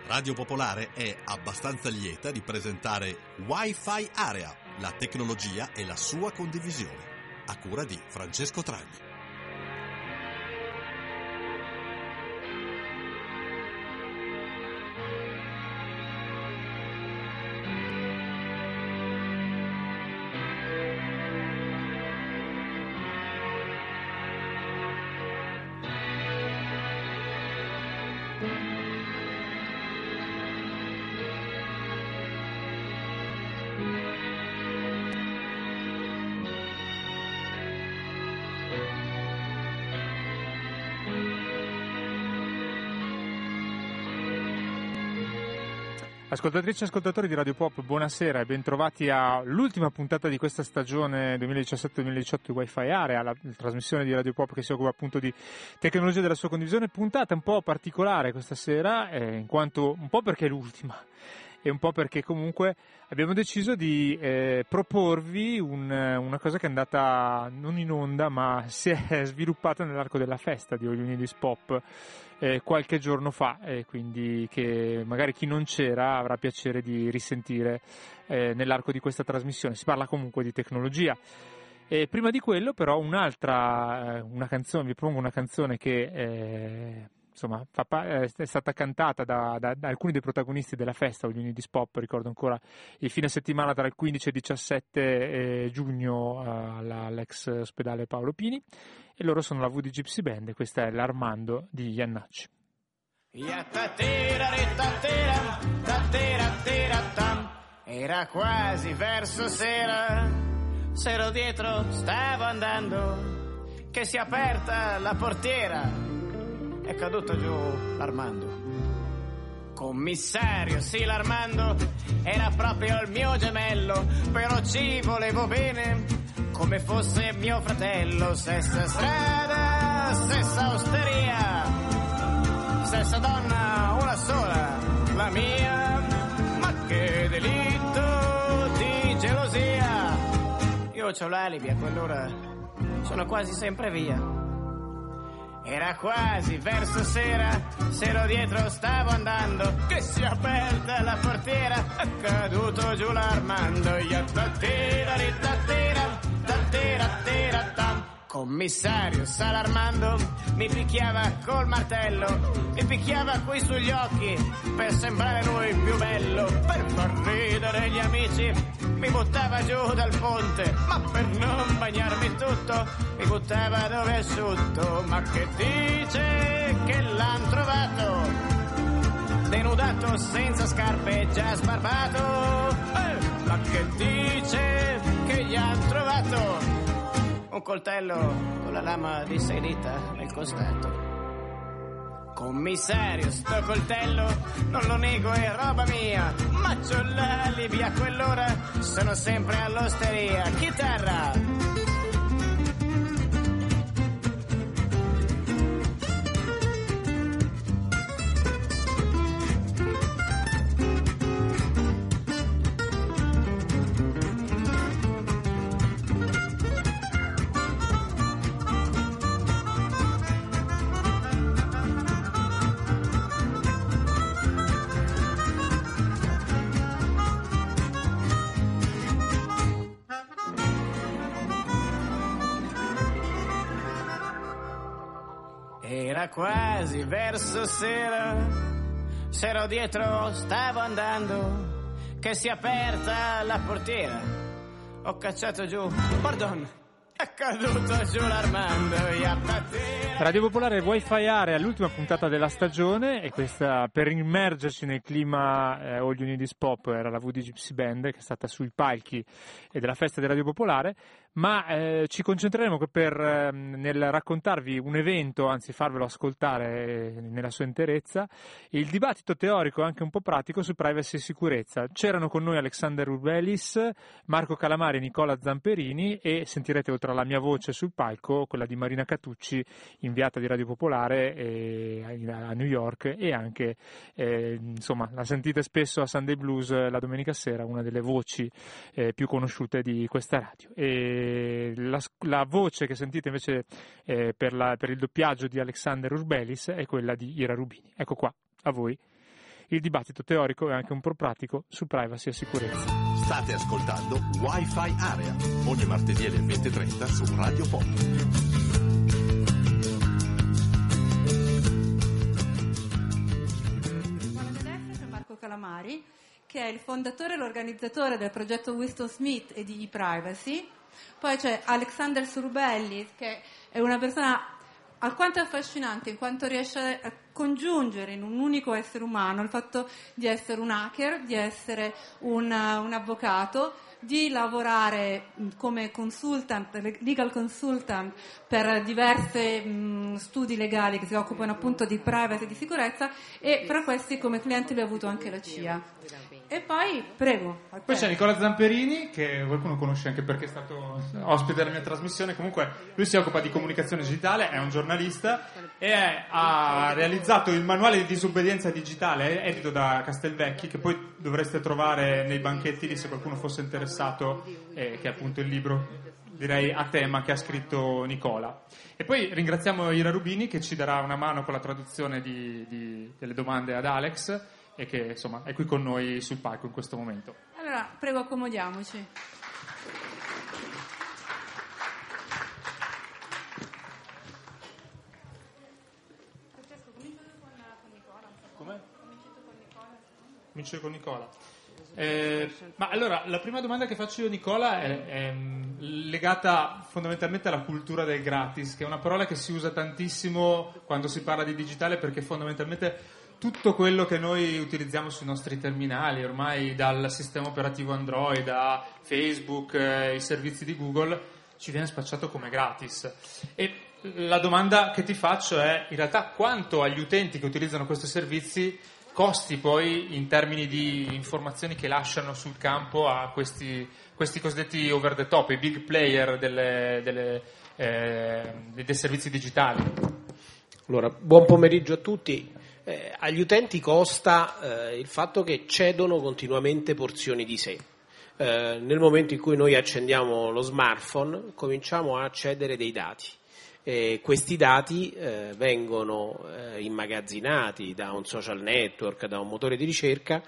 Radio Popolare è abbastanza lieta di presentare Wi-Fi Area, la tecnologia e la sua condivisione, a cura di Francesco Tragni. Ascoltatrici e ascoltatori di Radio Pop, buonasera e bentrovati all'ultima puntata di questa stagione 2017-2018 di Wi-Fi Area, la trasmissione di Radio Pop che si occupa appunto di tecnologia e della sua condivisione. Puntata un po' particolare questa sera, in quanto un po' perché è l'ultima e un po' perché comunque abbiamo deciso di proporvi una cosa che è andata non in onda ma si è sviluppata nell'arco della festa di All You Need Is Pop qualche giorno fa, quindi che magari chi non c'era avrà piacere di risentire nell'arco di questa trasmissione. Si parla comunque di tecnologia. E prima di quello però una canzone, vi propongo una canzone che insomma è stata cantata da alcuni dei protagonisti della festa All You Need Is Pop. Ricordo ancora il fine settimana tra il 15 e il 17 giugno all'ex ospedale Paolo Pini, e loro sono la VD Gypsy Band e questa è l'Armando di Iannacci. Era quasi verso sera, s'ero dietro, stavo andando, che si è aperta la portiera, è caduto giù l'Armando. Commissario, sì, l'Armando era proprio il mio gemello, però ci volevo bene come fosse mio fratello. Stessa strada, stessa osteria, stessa donna, una sola, la mia. Ma che delitto di gelosia, io c'ho l'alibi, a quell'ora sono quasi sempre via. Era quasi verso sera, s'ero dietro, stavo andando, che si è aperta la portiera, è caduto giù l'Armando. Commissario, sa l'Armando, mi picchiava col martello, mi picchiava qui sugli occhi per sembrare lui più bello. Per far ridere gli amici mi buttava giù dal ponte, ma per non bagnarmi tutto mi buttava dove è asciutto. Ma che dice che l'han trovato denudato, senza scarpe, già sbarbato? Ma che dice che gli han trovato un coltello con la lama di 6 dita nel costato. Commissario, sto coltello non lo nego, è roba mia, ma c'ho l'alibi, a quell'ora sono sempre all'osteria. Chitarra! Era quasi verso sera, s'ero dietro, stavo andando, che si è aperta la portiera, ho cacciato giù, pardon, è caduto giù l'Armando. Radio Popolare Wi-Fi Area, l'ultima puntata della stagione, e questa per immergerci nel clima All You Need Is Pop era la VD Gypsy Band, che è stata sui palchi della festa di Radio Popolare. Ma ci concentreremo nel raccontarvi un evento, anzi farvelo ascoltare nella sua interezza, il dibattito teorico e anche un po' pratico su privacy e sicurezza. C'erano con noi Alexander Urbelis, Marco Calamari e Nicola Zamperini, e sentirete oltre alla mia voce sul palco quella di Marina Catucci, inviata di Radio Popolare a New York, e anche insomma la sentite spesso a Sunday Blues la domenica sera, una delle voci più conosciute di questa radio. La voce che sentite invece per il doppiaggio di Alexander Urbelis è quella di Ira Rubini. Ecco qua, a voi il dibattito teorico e anche un po' pratico su privacy e sicurezza. State ascoltando Wi-Fi Area, ogni martedì alle 20:30 su Radio Pop. Marco Calamari, che è il fondatore e l'organizzatore del progetto Winston Smith e di ePrivacy. Poi c'è Alexander Surubelli, che è una persona alquanto affascinante in quanto riesce a congiungere in un unico essere umano il fatto di essere un hacker, di essere un avvocato, di lavorare come consultant, legal consultant per diversi studi legali che si occupano appunto di privacy e di sicurezza, e fra questi come cliente lui ha avuto anche la CIA. E poi, prego. Poi c'è Nicola Zamperini, che qualcuno conosce anche perché è stato ospite della mia trasmissione. Comunque lui si occupa di comunicazione digitale, è un giornalista e ha realizzato il manuale di disobbedienza digitale edito da Castelvecchi, che poi dovreste trovare nei banchetti lì se qualcuno fosse interessato, che è appunto il libro, direi, a tema che ha scritto Nicola. E poi ringraziamo Ira Rubini, che ci darà una mano con la traduzione delle domande ad Alex, e che insomma è qui con noi sul palco in questo momento. Allora, prego, accomodiamoci. Francesco, comincio con Nicola. Come? Comincio con Nicola. Ma allora, la prima domanda che faccio io a Nicola è legata fondamentalmente alla cultura del gratis, che è una parola che si usa tantissimo quando si parla di digitale, perché fondamentalmente tutto quello che noi utilizziamo sui nostri terminali, ormai dal sistema operativo Android a Facebook, i servizi di Google, ci viene spacciato come gratis. E la domanda che ti faccio è, in realtà, quanto agli utenti che utilizzano questi servizi costi poi in termini di informazioni che lasciano sul campo a questi cosiddetti over the top, i big player dei servizi digitali. Allora, buon pomeriggio a tutti. Agli utenti costa il fatto che cedono continuamente porzioni di sé. Nel momento in cui noi accendiamo lo smartphone cominciamo a cedere dei dati. Questi dati vengono immagazzinati da un social network, da un motore di ricerca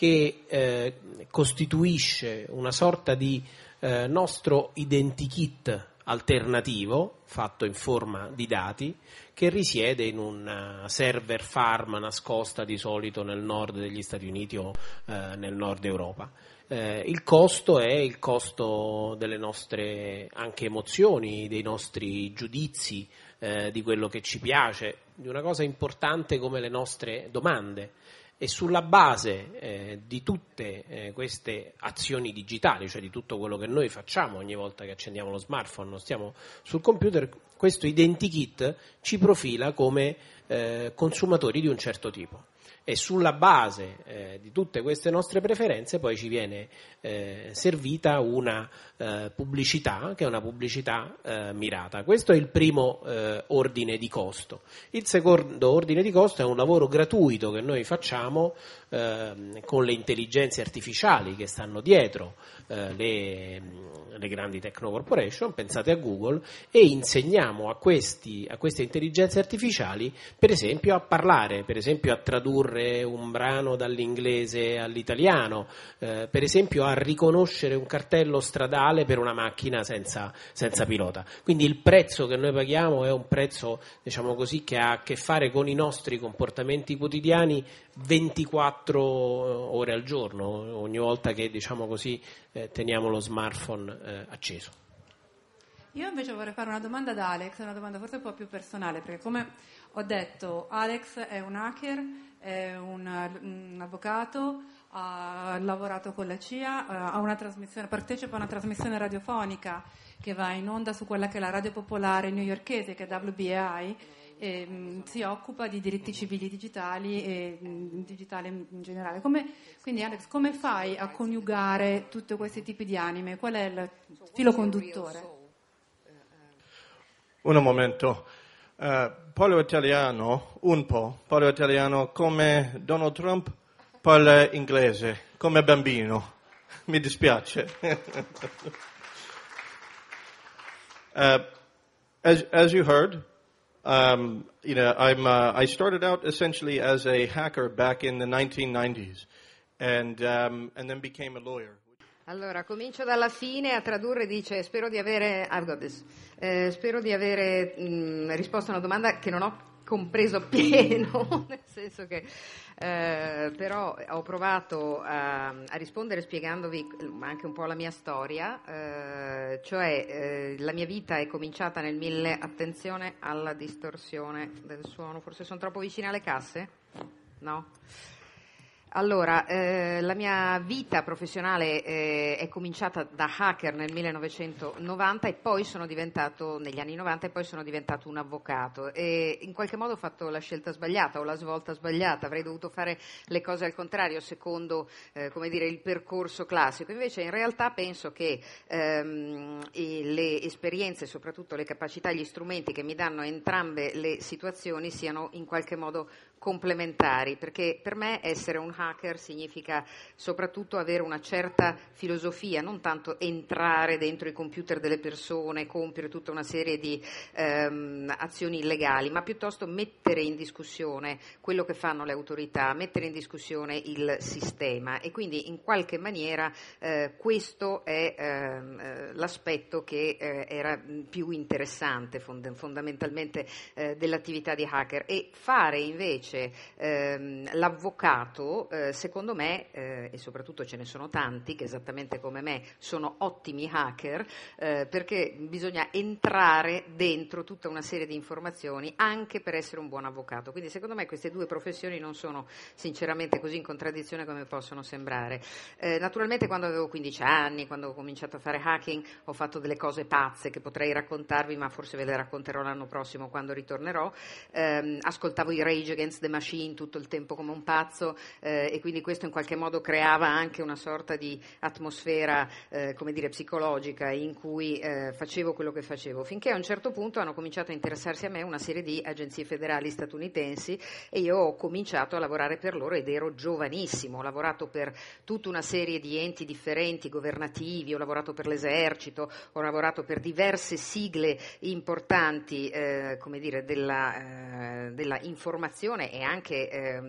che costituisce una sorta di nostro identikit alternativo fatto in forma di dati, che risiede in un server farm nascosta di solito nel nord degli Stati Uniti o nel nord Europa. Il costo è il costo delle nostre anche emozioni, dei nostri giudizi, di quello che ci piace, di una cosa importante come le nostre domande. E sulla base di tutte queste azioni digitali, cioè di tutto quello che noi facciamo ogni volta che accendiamo lo smartphone o stiamo sul computer, questo identikit ci profila come consumatori di un certo tipo. E sulla base di tutte queste nostre preferenze poi ci viene servita una pubblicità, che è una pubblicità mirata. Questo è il primo ordine di costo. Il secondo ordine di costo è un lavoro gratuito che noi facciamo con le intelligenze artificiali che stanno dietro le grandi techno corporation, pensate a Google, e insegniamo a queste intelligenze artificiali per esempio a parlare, per esempio a tradurre un brano dall'inglese all'italiano, per esempio a riconoscere un cartello stradale per una macchina senza pilota. Quindi il prezzo che noi paghiamo è un prezzo, diciamo così, che ha a che fare con i nostri comportamenti quotidiani 24 ore al giorno, ogni volta che, diciamo così, teniamo lo smartphone acceso. Io invece vorrei fare una domanda ad Alex, una domanda forse un po' più personale, perché come ho detto Alex è un hacker, è un avvocato, ha lavorato con la CIA, ha una trasmissione, partecipa a una trasmissione radiofonica che va in onda su quella che è la radio popolare newyorkese, che è WBAI, e si occupa di diritti civili digitali e digitale in generale. Quindi Alex, come fai a coniugare tutti questi tipi di anime? Qual è il filo conduttore? Un momento, parlo italiano un po', parlo italiano come Donald Trump parla inglese, come bambino, mi dispiace. As you heard, I started out essentially as a hacker back in the 1990s, and then became a lawyer. Allora, comincio dalla fine a tradurre, dice, spero di avere risposto a una domanda che non ho compreso appieno, nel senso che però ho provato a rispondere spiegandovi anche un po' la mia storia, cioè la mia vita è cominciata nel attenzione alla distorsione del suono, forse sono troppo vicina alle casse? No? Allora, la mia vita professionale è cominciata da hacker nel 1990 e poi negli anni 90 e poi sono diventato un avvocato e in qualche modo ho fatto la scelta sbagliata o la svolta sbagliata, avrei dovuto fare le cose al contrario secondo il percorso classico, invece in realtà penso che le esperienze, soprattutto le capacità, gli strumenti che mi danno entrambe le situazioni siano in qualche modo complementari, perché per me essere un hacker significa soprattutto avere una certa filosofia, non tanto entrare dentro i computer delle persone, compiere tutta una serie di azioni illegali, ma piuttosto mettere in discussione quello che fanno le autorità, mettere in discussione il sistema e quindi in qualche maniera questo è l'aspetto che era più interessante fondamentalmente dell'attività di hacker, e fare invece l'avvocato secondo me e soprattutto ce ne sono tanti che esattamente come me sono ottimi hacker perché bisogna entrare dentro tutta una serie di informazioni anche per essere un buon avvocato, quindi secondo me queste due professioni non sono sinceramente così in contraddizione come possono sembrare. Naturalmente quando avevo 15 anni, quando ho cominciato a fare hacking, ho fatto delle cose pazze che potrei raccontarvi, ma forse ve le racconterò l'anno prossimo quando ritornerò. Ascoltavo i Rage Against the Machine tutto il tempo come un pazzo e quindi questo in qualche modo creava anche una sorta di atmosfera psicologica in cui facevo quello che facevo, finché a un certo punto hanno cominciato a interessarsi a me una serie di agenzie federali statunitensi e io ho cominciato a lavorare per loro ed ero giovanissimo, ho lavorato per tutta una serie di enti differenti governativi, ho lavorato per l'esercito, ho lavorato per diverse sigle importanti della informazione e anche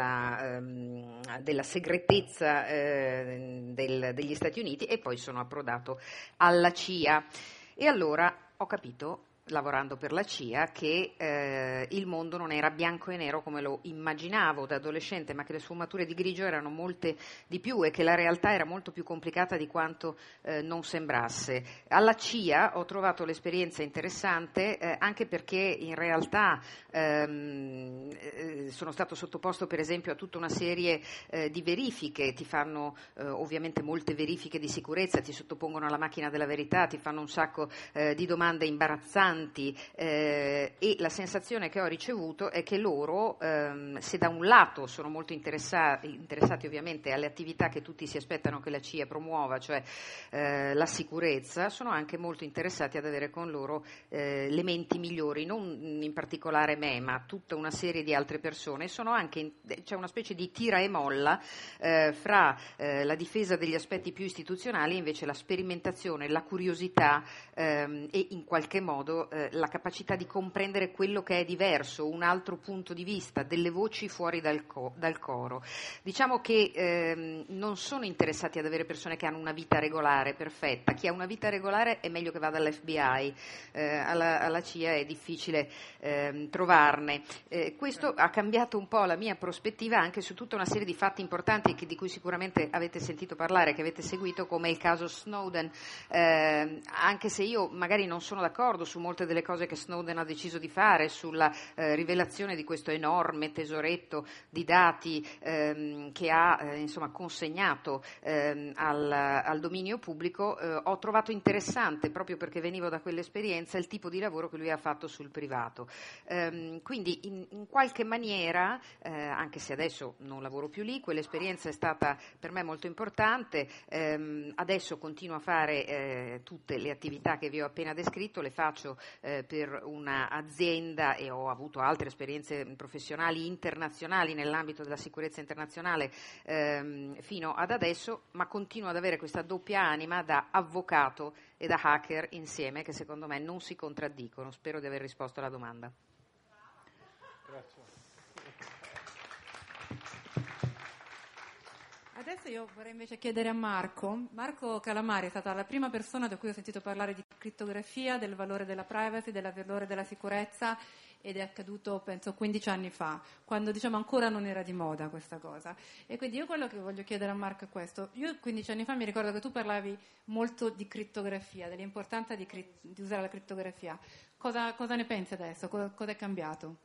della segretezza degli Stati Uniti, e poi sono approdato alla CIA e allora ho capito, lavorando per la CIA, che il mondo non era bianco e nero come lo immaginavo da adolescente, ma che le sfumature di grigio erano molte di più e che la realtà era molto più complicata di quanto non sembrasse. Alla CIA ho trovato l'esperienza interessante anche perché in realtà sono stato sottoposto per esempio a tutta una serie di verifiche, ti fanno ovviamente molte verifiche di sicurezza, ti sottopongono alla macchina della verità, ti fanno un sacco di domande imbarazzanti e la sensazione che ho ricevuto è che loro, se da un lato sono molto interessati ovviamente alle attività che tutti si aspettano che la CIA promuova, cioè la sicurezza, sono anche molto interessati ad avere con loro le menti migliori, non in particolare me, ma tutta una serie di altre persone. C'è una specie di tira e molla fra la difesa degli aspetti più istituzionali e invece la sperimentazione, la curiosità e in qualche modo la capacità di comprendere quello che è diverso, un altro punto di vista, delle voci fuori dal coro. Diciamo che non sono interessati ad avere persone che hanno una vita regolare, perfetta. Chi ha una vita regolare è meglio che vada all'FBI, alla CIA è difficile trovarne. Questo ha cambiato un po' la mia prospettiva anche su tutta una serie di fatti importanti di cui sicuramente avete sentito parlare, che avete seguito, come il caso Snowden, anche se io magari non sono d'accordo su molte delle cose che Snowden ha deciso di fare, sulla rivelazione di questo enorme tesoretto di dati che ha consegnato al dominio pubblico, ho trovato interessante, proprio perché venivo da quell'esperienza, il tipo di lavoro che lui ha fatto sul privato. Quindi in qualche maniera, anche se adesso non lavoro più lì, quell'esperienza è stata per me molto importante. Adesso continuo a fare tutte le attività che vi ho appena descritto, le faccio per un'azienda e ho avuto altre esperienze professionali internazionali nell'ambito della sicurezza internazionale fino ad adesso, ma continuo ad avere questa doppia anima da avvocato e da hacker insieme, che secondo me non si contraddicono. Spero di aver risposto alla domanda. Adesso io vorrei invece chiedere a Marco Calamari è stata la prima persona da cui ho sentito parlare di crittografia, del valore della privacy, del valore della sicurezza, ed è accaduto penso 15 anni fa, quando diciamo ancora non era di moda questa cosa. E quindi io quello che voglio chiedere a Marco è questo: io 15 anni fa mi ricordo che tu parlavi molto di crittografia, dell'importanza di usare la crittografia. Cosa ne pensi adesso? Cosa è cambiato?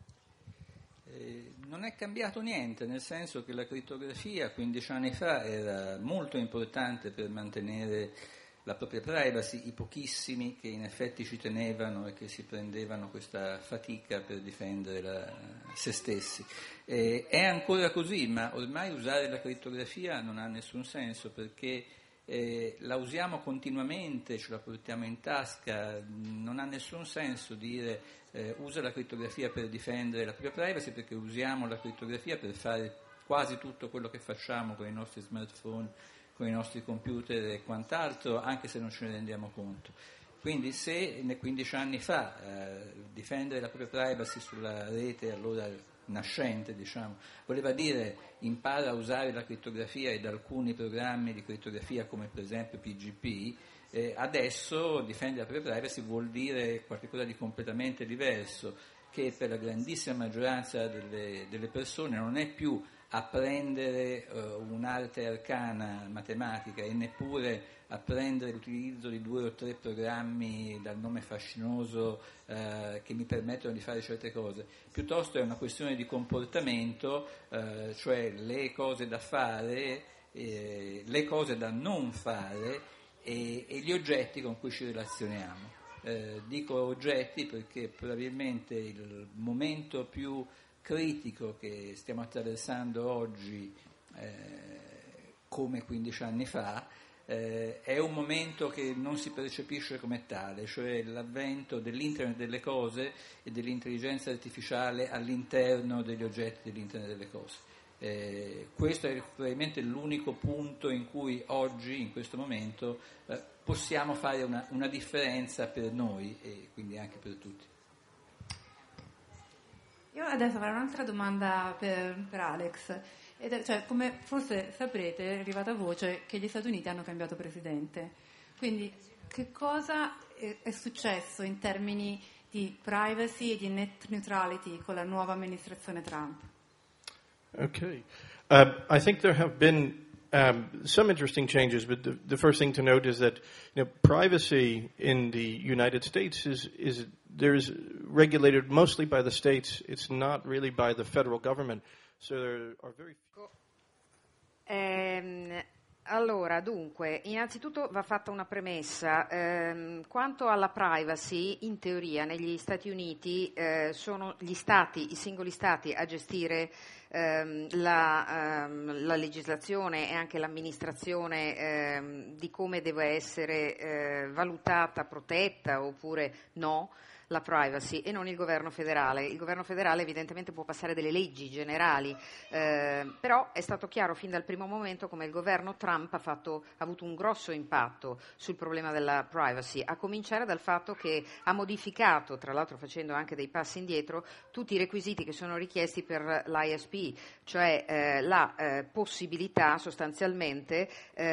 Non è cambiato niente, nel senso che la crittografia 15 anni fa era molto importante per mantenere la propria privacy, i pochissimi che in effetti ci tenevano e che si prendevano questa fatica per difendere se stessi. È ancora così, ma ormai usare la crittografia non ha nessun senso, perché la usiamo continuamente, ce la portiamo in tasca, non ha nessun senso dire usa la crittografia per difendere la propria privacy, perché usiamo la crittografia per fare quasi tutto quello che facciamo con i nostri smartphone, con i nostri computer e quant'altro, anche se non ce ne rendiamo conto. Quindi se 15 anni fa difendere la propria privacy sulla rete, allora nascente, diciamo, voleva dire impara a usare la crittografia ed alcuni programmi di crittografia come per esempio PGP, adesso difendere la propria privacy vuol dire qualcosa di completamente diverso, che per la grandissima maggioranza delle persone non è più apprendere un'arte arcana matematica e neppure apprendere l'utilizzo di 2 o 3 programmi dal nome fascinoso che mi permettono di fare certe cose, piuttosto è una questione di comportamento, cioè le cose da fare, le cose da non fare e gli oggetti con cui ci relazioniamo. Dico oggetti perché probabilmente il momento più critico che stiamo attraversando oggi, come 15 anni fa, è un momento che non si percepisce come tale, cioè l'avvento dell'Internet delle cose e dell'intelligenza artificiale all'interno degli oggetti dell'Internet delle cose. Questo è probabilmente l'unico punto in cui oggi, in questo momento, possiamo fare una differenza per noi e quindi anche per tutti. Io adesso avrei un'altra domanda per Alex. Cioè, come forse saprete, è arrivata voce che gli Stati Uniti hanno cambiato presidente. Quindi che cosa è successo in termini di privacy e di net neutrality con la nuova amministrazione Trump? Okay. I think there have been some interesting changes, but the first thing to note is that privacy in the United States is regulated mostly by the states. It's not really by the federal government. So there are very Allora, dunque, innanzitutto va fatta una premessa. Quanto alla privacy, in teoria negli Stati Uniti sono gli stati, i singoli stati a gestire la legislazione e anche l'amministrazione di come deve essere valutata, protetta oppure no la privacy, e non il governo federale. Il governo federale evidentemente può passare delle leggi generali, però è stato chiaro fin dal primo momento come il governo Trump ha avuto un grosso impatto sul problema della privacy, a cominciare dal fatto che ha modificato, tra l'altro facendo anche dei passi indietro, tutti i requisiti che sono richiesti per l'ISP, cioè la possibilità sostanzialmente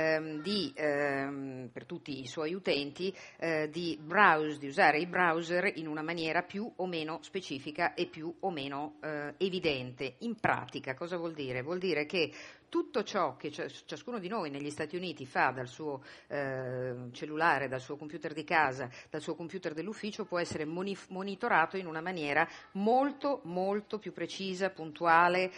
per tutti i suoi utenti di usare i browser in una maniera più o meno specifica e più o meno evidente. In pratica cosa vuol dire? Vuol dire che tutto ciò che ciascuno di noi negli Stati Uniti fa dal suo cellulare, dal suo computer di casa, dal suo computer dell'ufficio può essere monitorato in una maniera molto molto più precisa, puntuale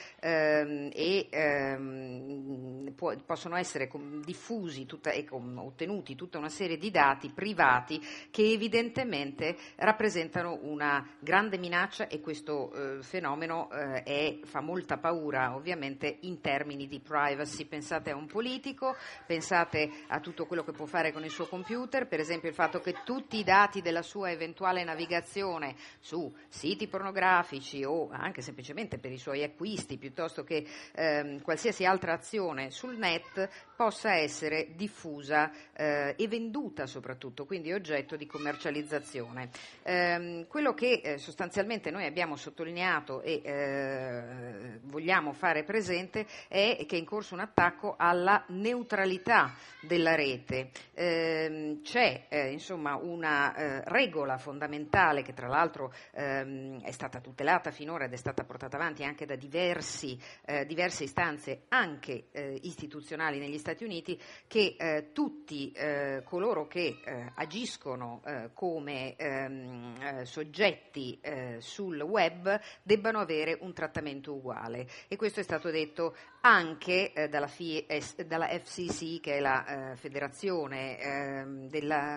possono essere diffusi e ottenuti tutta una serie di dati privati che evidentemente rappresentano una grande minaccia, e questo fenomeno fa molta paura ovviamente in termini di privacy. Pensate a un politico, pensate a tutto quello che può fare con il suo computer, per esempio il fatto che tutti i dati della sua eventuale navigazione su siti pornografici o anche semplicemente per i suoi acquisti, piuttosto che qualsiasi altra azione sul net, possa essere diffusa e venduta soprattutto, quindi oggetto di commercializzazione. Quello che sostanzialmente noi abbiamo sottolineato e vogliamo fare presente è che è in corso un attacco alla neutralità della rete. C'è insomma una regola fondamentale che tra l'altro è stata tutelata finora ed è stata portata avanti anche da diverse istanze anche istituzionali negli Stati Uniti, che tutti coloro che agiscono come soggetti sul web debbano avere un trattamento uguale, e questo è stato detto anche dalla FCC, che è la federazione della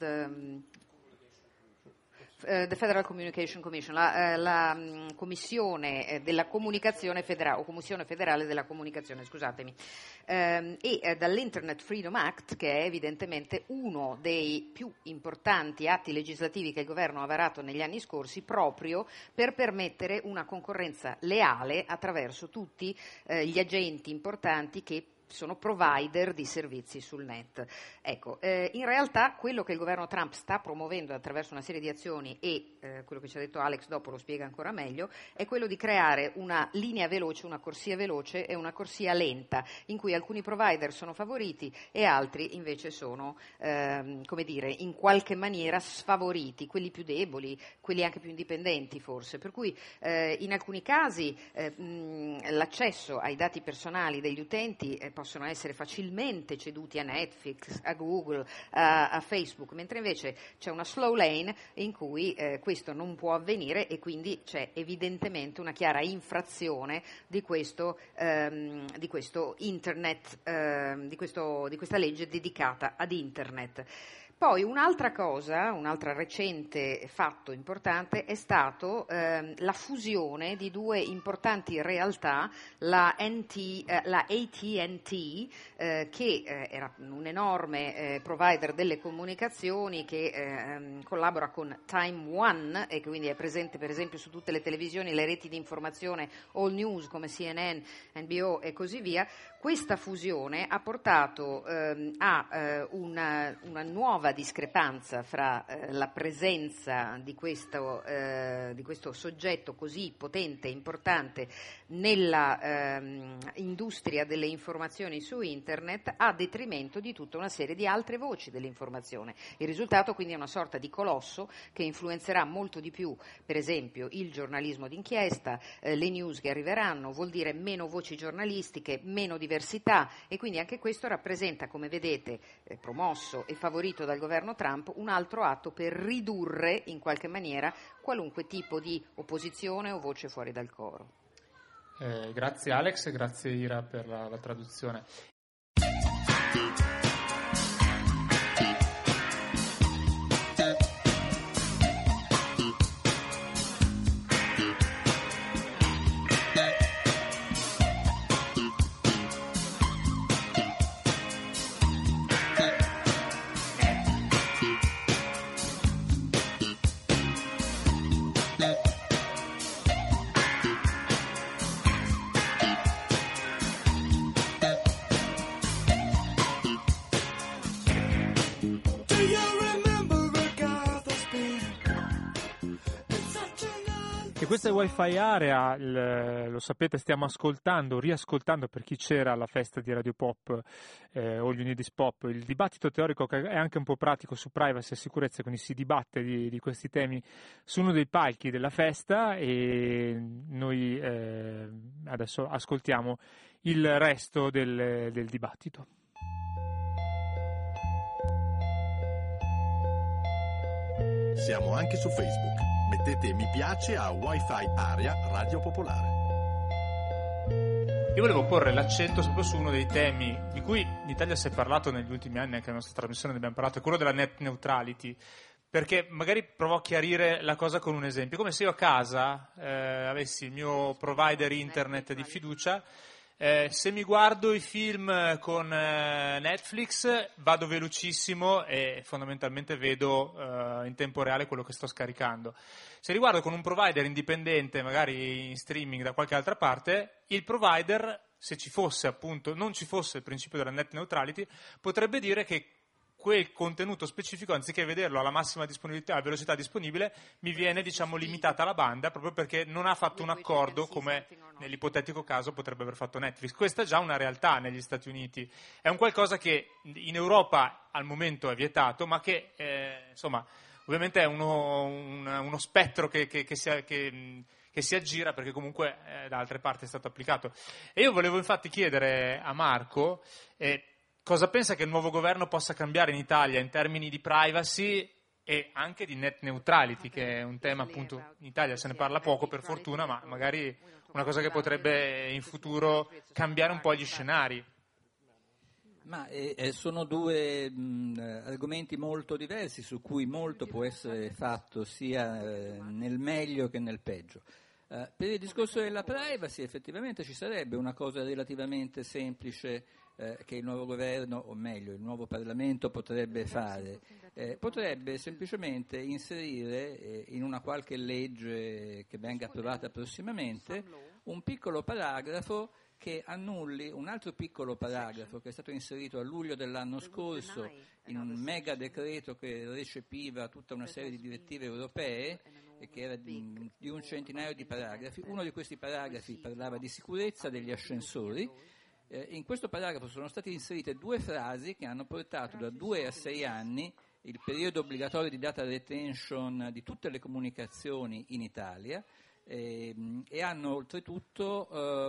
the Federal Communication Commission, la commissione della comunicazione federale, o commissione federale della comunicazione, scusatemi, e dall'Internet Freedom Act, che è evidentemente uno dei più importanti atti legislativi che il governo ha varato negli anni scorsi, proprio per permettere una concorrenza leale attraverso tutti gli agenti importanti che sono provider di servizi sul net. Ecco, in realtà quello che il governo Trump sta promuovendo attraverso una serie di azioni, e quello che ci ha detto Alex dopo lo spiega ancora meglio, è quello di creare una linea veloce, una corsia veloce e una corsia lenta, in cui alcuni provider sono favoriti e altri invece sono, come dire, in qualche maniera sfavoriti, quelli più deboli, quelli anche più indipendenti forse, per cui in alcuni casi l'accesso ai dati personali degli utenti possono essere facilmente ceduti a Netflix, a Google, a Facebook, mentre invece c'è una slow lane in cui questo non può avvenire, e quindi c'è evidentemente una chiara infrazione di questo internet, di questa legge dedicata ad internet. Poi un'altra cosa, un altro recente fatto importante è stato la fusione di due importanti realtà, la AT&T, che era un enorme provider delle comunicazioni che collabora con Time One e che quindi è presente per esempio su tutte le televisioni, le reti di informazione all news come CNN, NBO e così via. Questa fusione ha portato a una nuova discrepanza fra la presenza di questo soggetto così potente e importante nella industria delle informazioni su internet, a detrimento di tutta una serie di altre voci dell'informazione. Il risultato quindi è una sorta di colosso che influenzerà molto di più, per esempio, il giornalismo d'inchiesta, le news che arriveranno, vuol dire meno voci giornalistiche, meno diversità, e quindi anche questo rappresenta, come vedete, promosso e favorito dal governo Trump, un altro atto per ridurre in qualche maniera qualunque tipo di opposizione o voce fuori dal coro. Grazie Alex, grazie Ira per la traduzione. E questa è Wi-Fi Area, lo sapete, stiamo ascoltando, riascoltando per chi c'era alla festa di Radio Pop o gli Unidis Pop, il dibattito teorico che è anche un po' pratico su privacy e sicurezza, quindi si dibatte di questi temi su uno dei palchi della festa, e noi adesso ascoltiamo il resto del dibattito. Siamo anche su Facebook. Mettete mi piace a Wi-Fi Area Radio Popolare. Io volevo porre l'accento proprio su uno dei temi di cui in Italia si è parlato negli ultimi anni, anche nella nostra trasmissione ne abbiamo parlato, è quello della net neutrality, perché magari provo a chiarire la cosa con un esempio. Come se io a casa avessi il mio provider internet di fiducia, Se mi guardo i film con Netflix vado velocissimo e fondamentalmente vedo in tempo reale quello che sto scaricando. Se riguardo con un provider indipendente, magari in streaming da qualche altra parte, il provider, se ci fosse appunto, non ci fosse il principio della net neutrality, potrebbe dire che quel contenuto specifico, anziché vederlo alla massima disponibilità, alla velocità disponibile, mi viene, diciamo, limitata la banda, proprio perché non ha fatto un accordo come nell'ipotetico caso potrebbe aver fatto Netflix. Questa è già una realtà negli Stati Uniti, è un qualcosa che in Europa al momento è vietato, ma che insomma ovviamente è uno spettro che si aggira, perché comunque da altre parti è stato applicato. E io volevo infatti chiedere a Marco cosa pensa che il nuovo governo possa cambiare in Italia in termini di privacy e anche di net neutrality, che è un tema appunto in Italia se ne parla poco per fortuna, ma magari una cosa che potrebbe in futuro cambiare un po' gli scenari. Ma sono due argomenti molto diversi su cui molto può essere fatto sia nel meglio che nel peggio. Per il discorso della privacy effettivamente ci sarebbe una cosa relativamente semplice che il nuovo governo, o meglio il nuovo Parlamento potrebbe fare. Potrebbe semplicemente inserire in una qualche legge che venga approvata prossimamente un piccolo paragrafo che annulli un altro piccolo paragrafo che è stato inserito a luglio dell'anno scorso in un mega decreto che recepiva tutta una serie di direttive europee e che era di un centinaio di paragrafi. Uno di questi paragrafi parlava di sicurezza degli ascensori. In questo paragrafo sono state inserite due frasi che hanno portato da 2 a 6 anni il periodo obbligatorio di data retention di tutte le comunicazioni in Italia e hanno oltretutto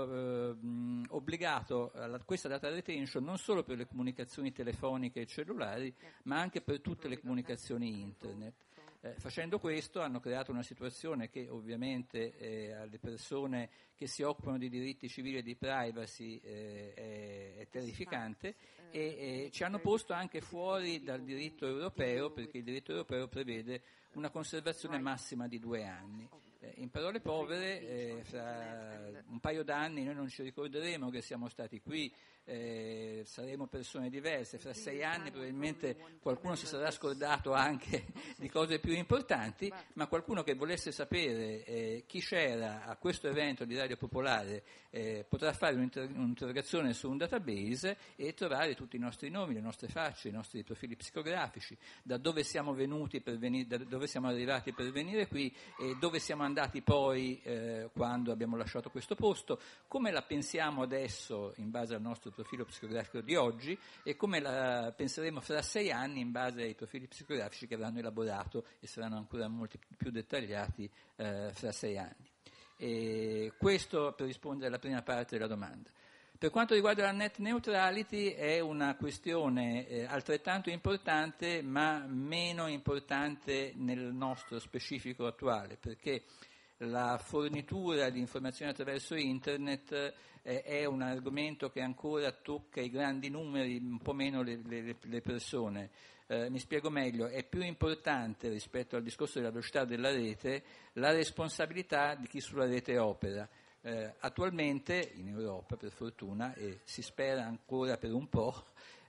obbligato questa data retention non solo per le comunicazioni telefoniche e cellulari, ma anche per tutte le comunicazioni internet. Facendo questo hanno creato una situazione che ovviamente alle persone che si occupano di diritti civili e di privacy è terrificante e ci hanno posto anche fuori dal diritto europeo, perché il diritto europeo prevede una conservazione massima di 2 anni. In parole povere, fra un paio d'anni noi non ci ricorderemo che siamo stati qui, saremo persone diverse, fra 6 anni probabilmente qualcuno si sarà scordato anche di cose più importanti, ma qualcuno che volesse sapere chi c'era a questo evento di Radio Popolare potrà fare un'interrogazione su un database e trovare tutti i nostri nomi, le nostre facce, i nostri profili psicografici, da dove siamo venuti per venire, da dove siamo arrivati per venire qui e dove siamo andati poi quando abbiamo lasciato questo posto, come la pensiamo adesso in base al nostro profilo psicografico di oggi e come la penseremo fra 6 anni in base ai profili psicografici che avranno elaborato e saranno ancora molti più dettagliati fra 6 anni. E questo per rispondere alla prima parte della domanda. Per quanto riguarda la net neutrality è una questione altrettanto importante ma meno importante nel nostro specifico attuale, perché la fornitura di informazioni attraverso internet è un argomento che ancora tocca i grandi numeri, un po' meno le persone. Mi spiego meglio, è più importante rispetto al discorso della velocità della rete la responsabilità di chi sulla rete opera. Attualmente in Europa, per fortuna, e si spera ancora per un po',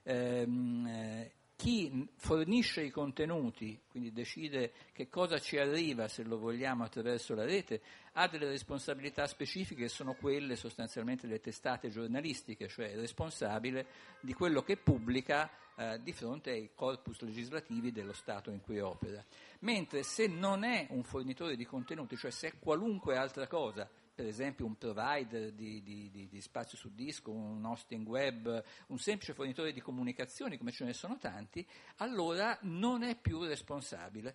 chi fornisce i contenuti, quindi decide che cosa ci arriva se lo vogliamo attraverso la rete, ha delle responsabilità specifiche che sono quelle sostanzialmente delle testate giornalistiche, cioè è responsabile di quello che pubblica di fronte ai corpus legislativi dello Stato in cui opera. Mentre se non è un fornitore di contenuti, cioè se è qualunque altra cosa, per esempio un provider di spazio su disco, un hosting web, un semplice fornitore di comunicazioni, come ce ne sono tanti, allora non è più responsabile.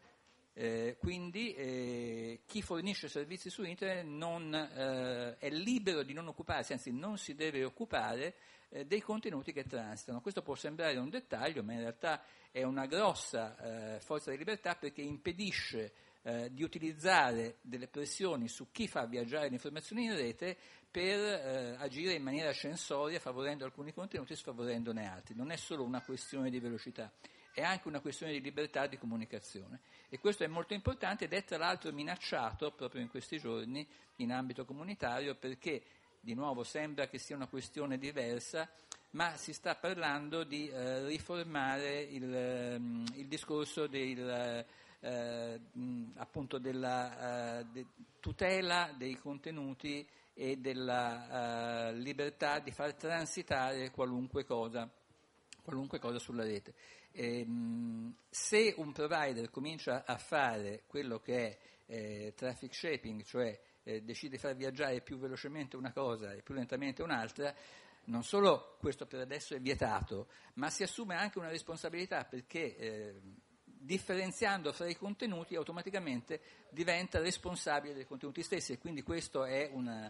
Quindi chi fornisce servizi su internet è libero di non occuparsi, anzi non si deve occupare dei contenuti che transitano. Questo può sembrare un dettaglio, ma in realtà è una grossa forza di libertà, perché impedisce di utilizzare delle pressioni su chi fa viaggiare le informazioni in rete per agire in maniera censoria, favorendo alcuni contenuti e sfavorendone altri. Non è solo una questione di velocità, è anche una questione di libertà di comunicazione. E questo è molto importante ed è tra l'altro minacciato proprio in questi giorni in ambito comunitario, perché di nuovo sembra che sia una questione diversa, ma si sta parlando di riformare il discorso appunto della tutela dei contenuti e della libertà di far transitare qualunque cosa sulla rete. Se un provider comincia a fare quello che è traffic shaping, cioè decide di far viaggiare più velocemente una cosa e più lentamente un'altra, non solo questo per adesso è vietato, ma si assume anche una responsabilità, perché differenziando fra i contenuti automaticamente diventa responsabile dei contenuti stessi, e quindi questo è una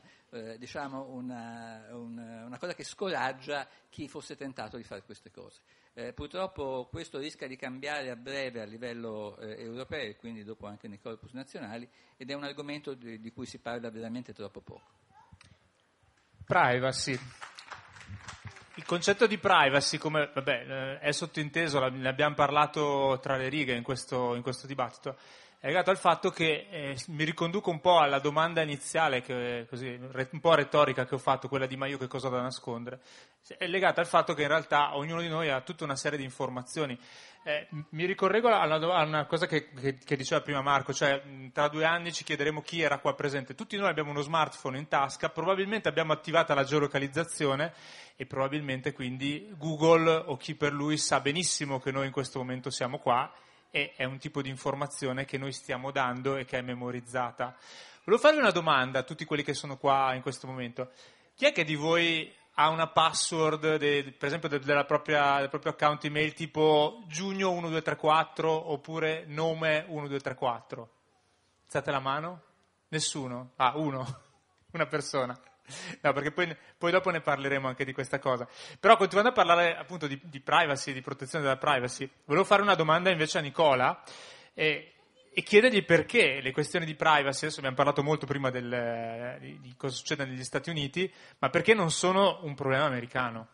cosa che scoraggia chi fosse tentato di fare queste cose. Purtroppo questo rischia di cambiare a breve a livello europeo, e quindi dopo anche nei corpus nazionali, ed è un argomento di cui si parla veramente troppo poco. Privacy. Il concetto di privacy, come è sottinteso, ne abbiamo parlato tra le righe in questo dibattito, è legato al fatto che mi riconduco un po' alla domanda iniziale, che così un po' retorica che ho fatto, quella di ma io che cosa ho da nascondere. È legata al fatto che in realtà ognuno di noi ha tutta una serie di informazioni. Mi ricorrego a una cosa che diceva prima Marco, cioè tra 2 anni ci chiederemo chi era qua presente. Tutti noi abbiamo uno smartphone in tasca, probabilmente abbiamo attivata la geolocalizzazione e probabilmente quindi Google o chi per lui sa benissimo che noi in questo momento siamo qua, e è un tipo di informazione che noi stiamo dando e che è memorizzata. Volevo farvi una domanda a tutti quelli che sono qua in questo momento. Chi è che di voi ha una password, per esempio del proprio account email tipo giugno 1234 oppure nome 1234? Alzate la mano? Nessuno? Ah, una persona. No, perché poi dopo ne parleremo anche di questa cosa. Però continuando a parlare appunto di privacy, di protezione della privacy, volevo fare una domanda invece a Nicola e chiedergli perché le questioni di privacy, adesso abbiamo parlato molto prima di cosa succede negli Stati Uniti, ma perché non sono un problema americano?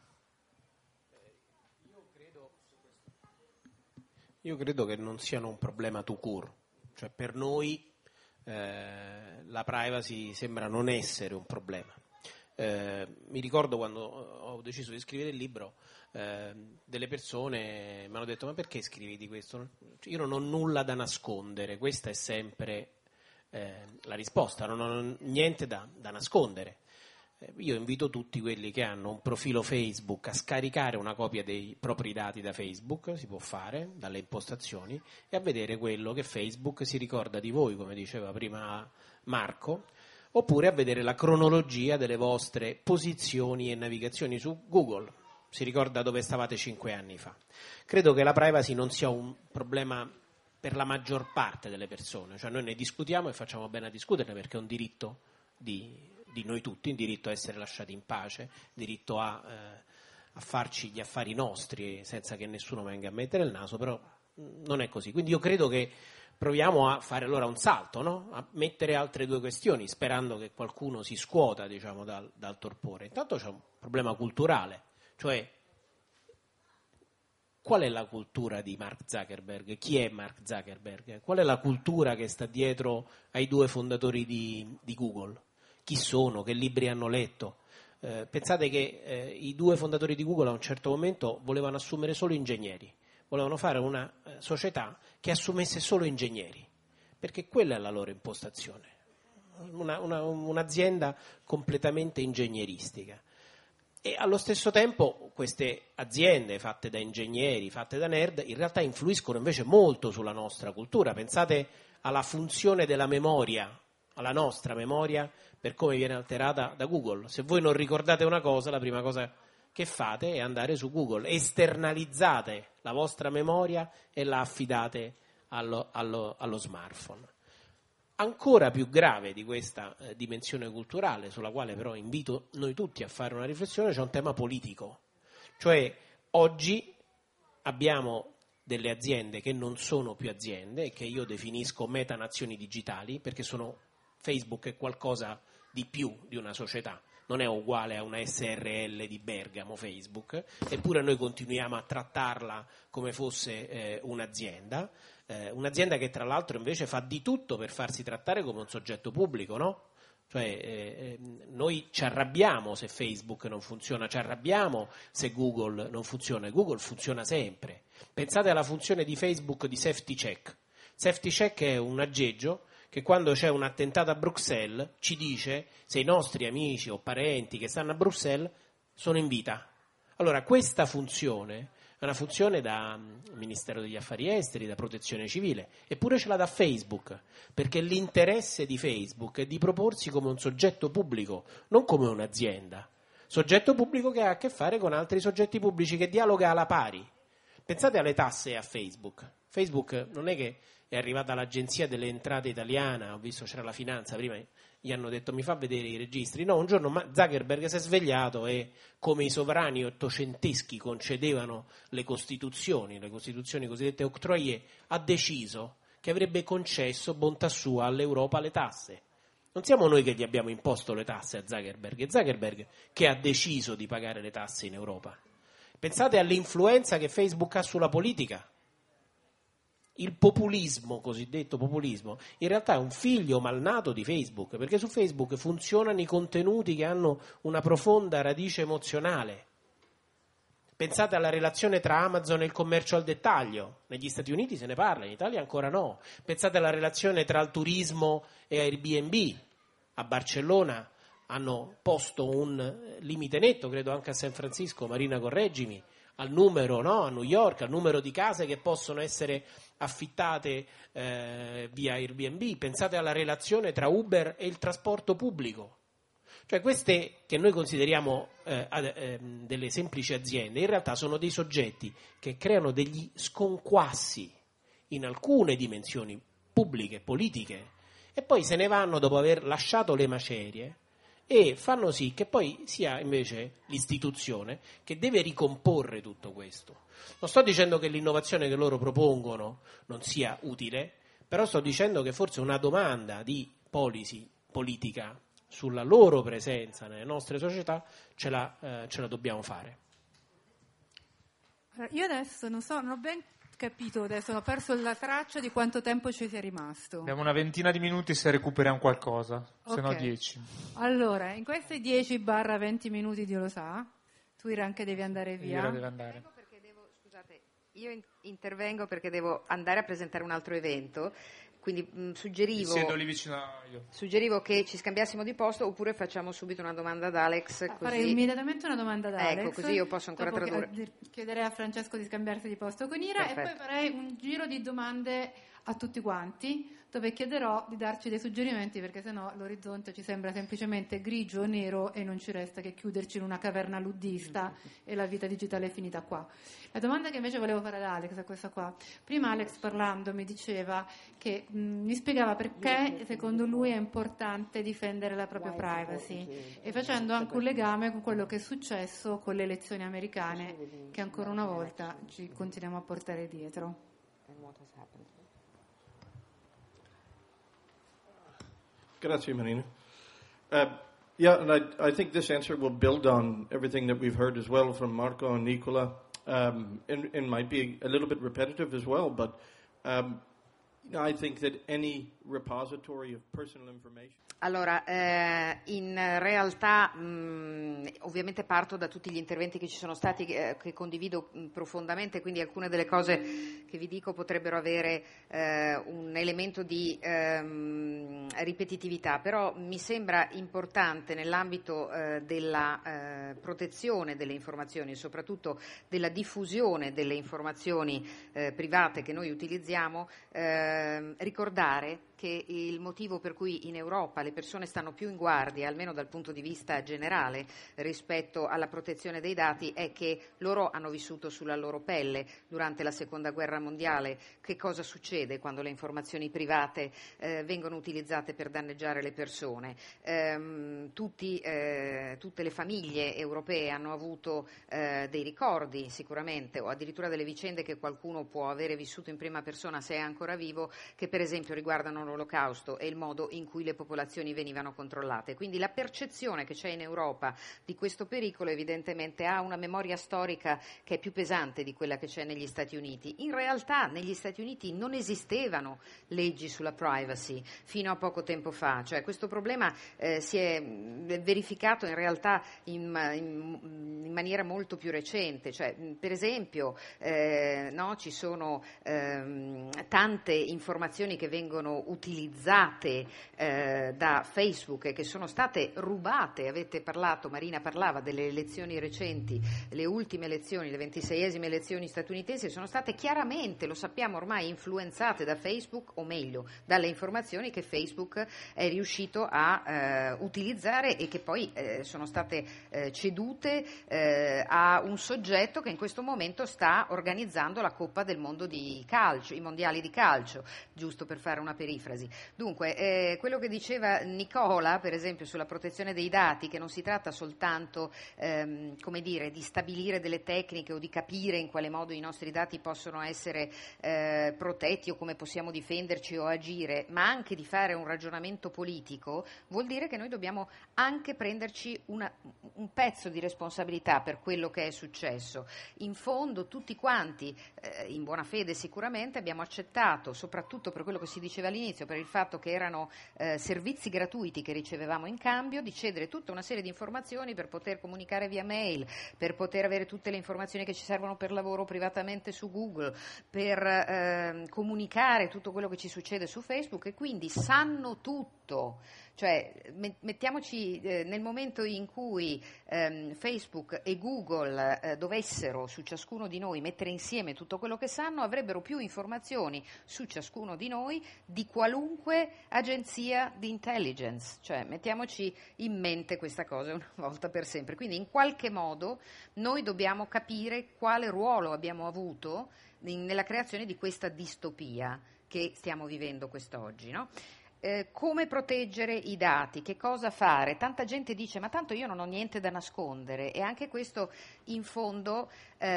Io credo che non siano un problema tout court, cioè per noi la privacy sembra non essere un problema. Mi ricordo quando ho deciso di scrivere il libro, delle persone mi hanno detto: ma perché scrivi di questo? Io non ho nulla da nascondere, questa è sempre la risposta, non ho niente da nascondere. Io invito tutti quelli che hanno un profilo Facebook a scaricare una copia dei propri dati da Facebook, si può fare dalle impostazioni, e a vedere quello che Facebook si ricorda di voi, come diceva prima Marco, oppure a vedere la cronologia delle vostre posizioni e navigazioni su Google. Si ricorda dove stavate 5 anni fa. Credo che la privacy non sia un problema per la maggior parte delle persone, cioè noi ne discutiamo e facciamo bene a discuterne, perché è un diritto di noi tutti, un diritto a essere lasciati in pace, diritto a farci gli affari nostri senza che nessuno venga a mettere il naso, però non è così. Quindi io credo che proviamo a fare allora un salto, no? A mettere altre 2 questioni, sperando che qualcuno si scuota, diciamo, dal torpore. Intanto c'è un problema culturale, cioè qual è la cultura di Mark Zuckerberg? Chi è Mark Zuckerberg? Qual è la cultura che sta dietro ai 2 fondatori di Google? Chi sono? Che libri hanno letto? Pensate che i 2 fondatori di Google a un certo momento volevano assumere solo ingegneri, volevano fare una società che assumesse solo ingegneri, perché quella è la loro impostazione, un'azienda completamente ingegneristica. E allo stesso tempo queste aziende fatte da ingegneri, fatte da nerd, in realtà influiscono invece molto sulla nostra cultura. Pensate alla funzione della memoria, alla nostra memoria, per come viene alterata da Google. Se voi non ricordate una cosa, la prima cosa che fate è andare su Google, esternalizzate la vostra memoria e la affidate allo smartphone. Ancora più grave di questa dimensione culturale, sulla quale però invito noi tutti a fare una riflessione, c'è un tema politico. Cioè oggi abbiamo delle aziende che non sono più aziende e che io definisco metanazioni digitali, perché Facebook è qualcosa di più di una società, non è uguale a una SRL di Bergamo Facebook, eppure noi continuiamo a trattarla come fosse un'azienda che tra l'altro invece fa di tutto per farsi trattare come un soggetto pubblico, no? Cioè, noi ci arrabbiamo se Facebook non funziona, ci arrabbiamo se Google non funziona. Google funziona sempre. Pensate alla funzione di Facebook di Safety Check. Safety Check è un aggeggio che quando c'è un attentato a Bruxelles ci dice se i nostri amici o parenti che stanno a Bruxelles sono in vita. Allora, questa funzione è una funzione da Ministero degli Affari Esteri, da Protezione Civile, eppure ce l'ha da Facebook, perché l'interesse di Facebook è di proporsi come un soggetto pubblico, non come un'azienda. Soggetto pubblico che ha a che fare con altri soggetti pubblici, che dialoga alla pari. Pensate alle tasse a Facebook. Facebook non è che è arrivata l'agenzia delle entrate italiana, ho visto c'era la finanza, prima gli hanno detto mi fa vedere i registri. No, un giorno Zuckerberg si è svegliato e, come i sovrani ottocenteschi concedevano le costituzioni cosiddette octroie, ha deciso che avrebbe concesso, bontà sua, all'Europa le tasse. Non siamo noi che gli abbiamo imposto le tasse a Zuckerberg, è Zuckerberg che ha deciso di pagare le tasse in Europa. Pensate all'influenza che Facebook ha sulla politica. Il populismo, cosiddetto populismo, in realtà è un figlio malnato di Facebook, perché su Facebook funzionano i contenuti che hanno una profonda radice emozionale. Pensate alla relazione tra Amazon e il commercio al dettaglio. Negli Stati Uniti se ne parla, in Italia ancora no. Pensate alla relazione tra il turismo e Airbnb. A Barcellona hanno posto un limite netto, credo anche a San Francisco, Marina correggimi, al numero, no? A New York, al numero di case che possono essere affittate via Airbnb. Pensate alla relazione tra Uber e il trasporto pubblico. Cioè queste che noi consideriamo delle semplici aziende, in realtà sono dei soggetti che creano degli sconquassi in alcune dimensioni pubbliche e politiche e poi se ne vanno dopo aver lasciato le macerie e fanno sì che poi sia invece l'istituzione che deve ricomporre tutto questo. Non sto dicendo che l'innovazione che loro propongono non sia utile, però sto dicendo che forse una domanda di policy politica sulla loro presenza nelle nostre società ce la dobbiamo fare. Allora, io adesso non ho ben capito, adesso ho perso la traccia di quanto tempo ci sia rimasto. Abbiamo una ventina di minuti se recuperiamo qualcosa, se no 10. Allora, in questi 10-20 minuti Dio lo sa, tu Ira anche devi andare via. Ira deve andare. Scusate, io intervengo perché devo andare a presentare un altro evento. Quindi suggerivo che ci scambiassimo di posto oppure facciamo subito una domanda ad Alex. Così... Farei immediatamente una domanda ad Alex. Ecco, così io posso ancora tradurre. Chiederei a Francesco di scambiarsi di posto con Ira. Perfetto. E poi farei un giro di domande a tutti quanti, dove chiederò di darci dei suggerimenti, perché sennò l'orizzonte ci sembra semplicemente grigio o nero e non ci resta che chiuderci in una caverna luddista e la vita digitale è finita qua. La domanda che invece volevo fare ad Alex è questa qua. Prima Alex parlando mi diceva che mi spiegava perché secondo lui è importante difendere la propria privacy e facendo anche un legame con quello che è successo con le elezioni americane che ancora una volta ci continuiamo a portare dietro. Grazie, Marina. Yeah, and I think this answer will build on everything that we've heard as well from Marco and Nicola, and might be a little bit repetitive as well, but I think that any repository of personal information... Allora, in realtà ovviamente parto da tutti gli interventi che ci sono stati che condivido profondamente, quindi alcune delle cose che vi dico potrebbero avere un elemento di ripetitività, però mi sembra importante nell'ambito della protezione delle informazioni e soprattutto della diffusione delle informazioni private che noi utilizziamo, ricordare che il motivo per cui in Europa le persone stanno più in guardia, almeno dal punto di vista generale, rispetto alla protezione dei dati, è che loro hanno vissuto sulla loro pelle durante la Seconda Guerra Mondiale che cosa succede quando le informazioni private vengono utilizzate per danneggiare le persone. Tutte le famiglie europee hanno avuto dei ricordi sicuramente, o addirittura delle vicende che qualcuno può avere vissuto in prima persona se è ancora vivo, che per esempio riguardano l'Olocausto e il modo in cui le popolazioni venivano controllate. Quindi la percezione che c'è in Europa di questo pericolo evidentemente ha una memoria storica che è più pesante di quella che c'è negli Stati Uniti. In realtà negli Stati Uniti non esistevano leggi sulla privacy fino a poco tempo fa, cioè questo problema si è verificato in realtà in maniera molto più recente, cioè, per esempio ci sono tante informazioni che vengono utilizzate da Facebook e che sono state rubate. Avete parlato, Marina parlava delle elezioni recenti, le ultime elezioni, le 26esime elezioni statunitensi sono state chiaramente, lo sappiamo ormai, influenzate da Facebook, o meglio dalle informazioni che Facebook è riuscito a utilizzare e che poi sono state cedute a un soggetto che in questo momento sta organizzando la Coppa del Mondo di calcio, i mondiali di calcio, giusto per fare una perifrasi. Dunque, quello che diceva Nicola, per esempio, sulla protezione dei dati, che non si tratta soltanto di stabilire delle tecniche o di capire in quale modo i nostri dati possono essere protetti o come possiamo difenderci o agire, ma anche di fare un ragionamento politico, vuol dire che noi dobbiamo anche prenderci un pezzo di responsabilità per quello che è successo. In fondo tutti quanti, in buona fede sicuramente, abbiamo accettato, soprattutto per quello che si diceva all'inizio, per il fatto che erano servizi gratuiti che ricevevamo in cambio, di cedere tutta una serie di informazioni per poter comunicare via mail, per poter avere tutte le informazioni che ci servono per lavoro privatamente su Google, per comunicare tutto quello che ci succede su Facebook, e quindi sanno tutto. Cioè, mettiamoci nel momento in cui Facebook e Google dovessero su ciascuno di noi mettere insieme tutto quello che sanno, avrebbero più informazioni su ciascuno di noi di qualunque agenzia di intelligence. Cioè, mettiamoci in mente questa cosa una volta per sempre. Quindi in qualche modo noi dobbiamo capire quale ruolo abbiamo avuto nella creazione di questa distopia che stiamo vivendo quest'oggi, no? Come proteggere i dati, che cosa fare? Tanta gente dice ma tanto io non ho niente da nascondere, e anche questo in fondo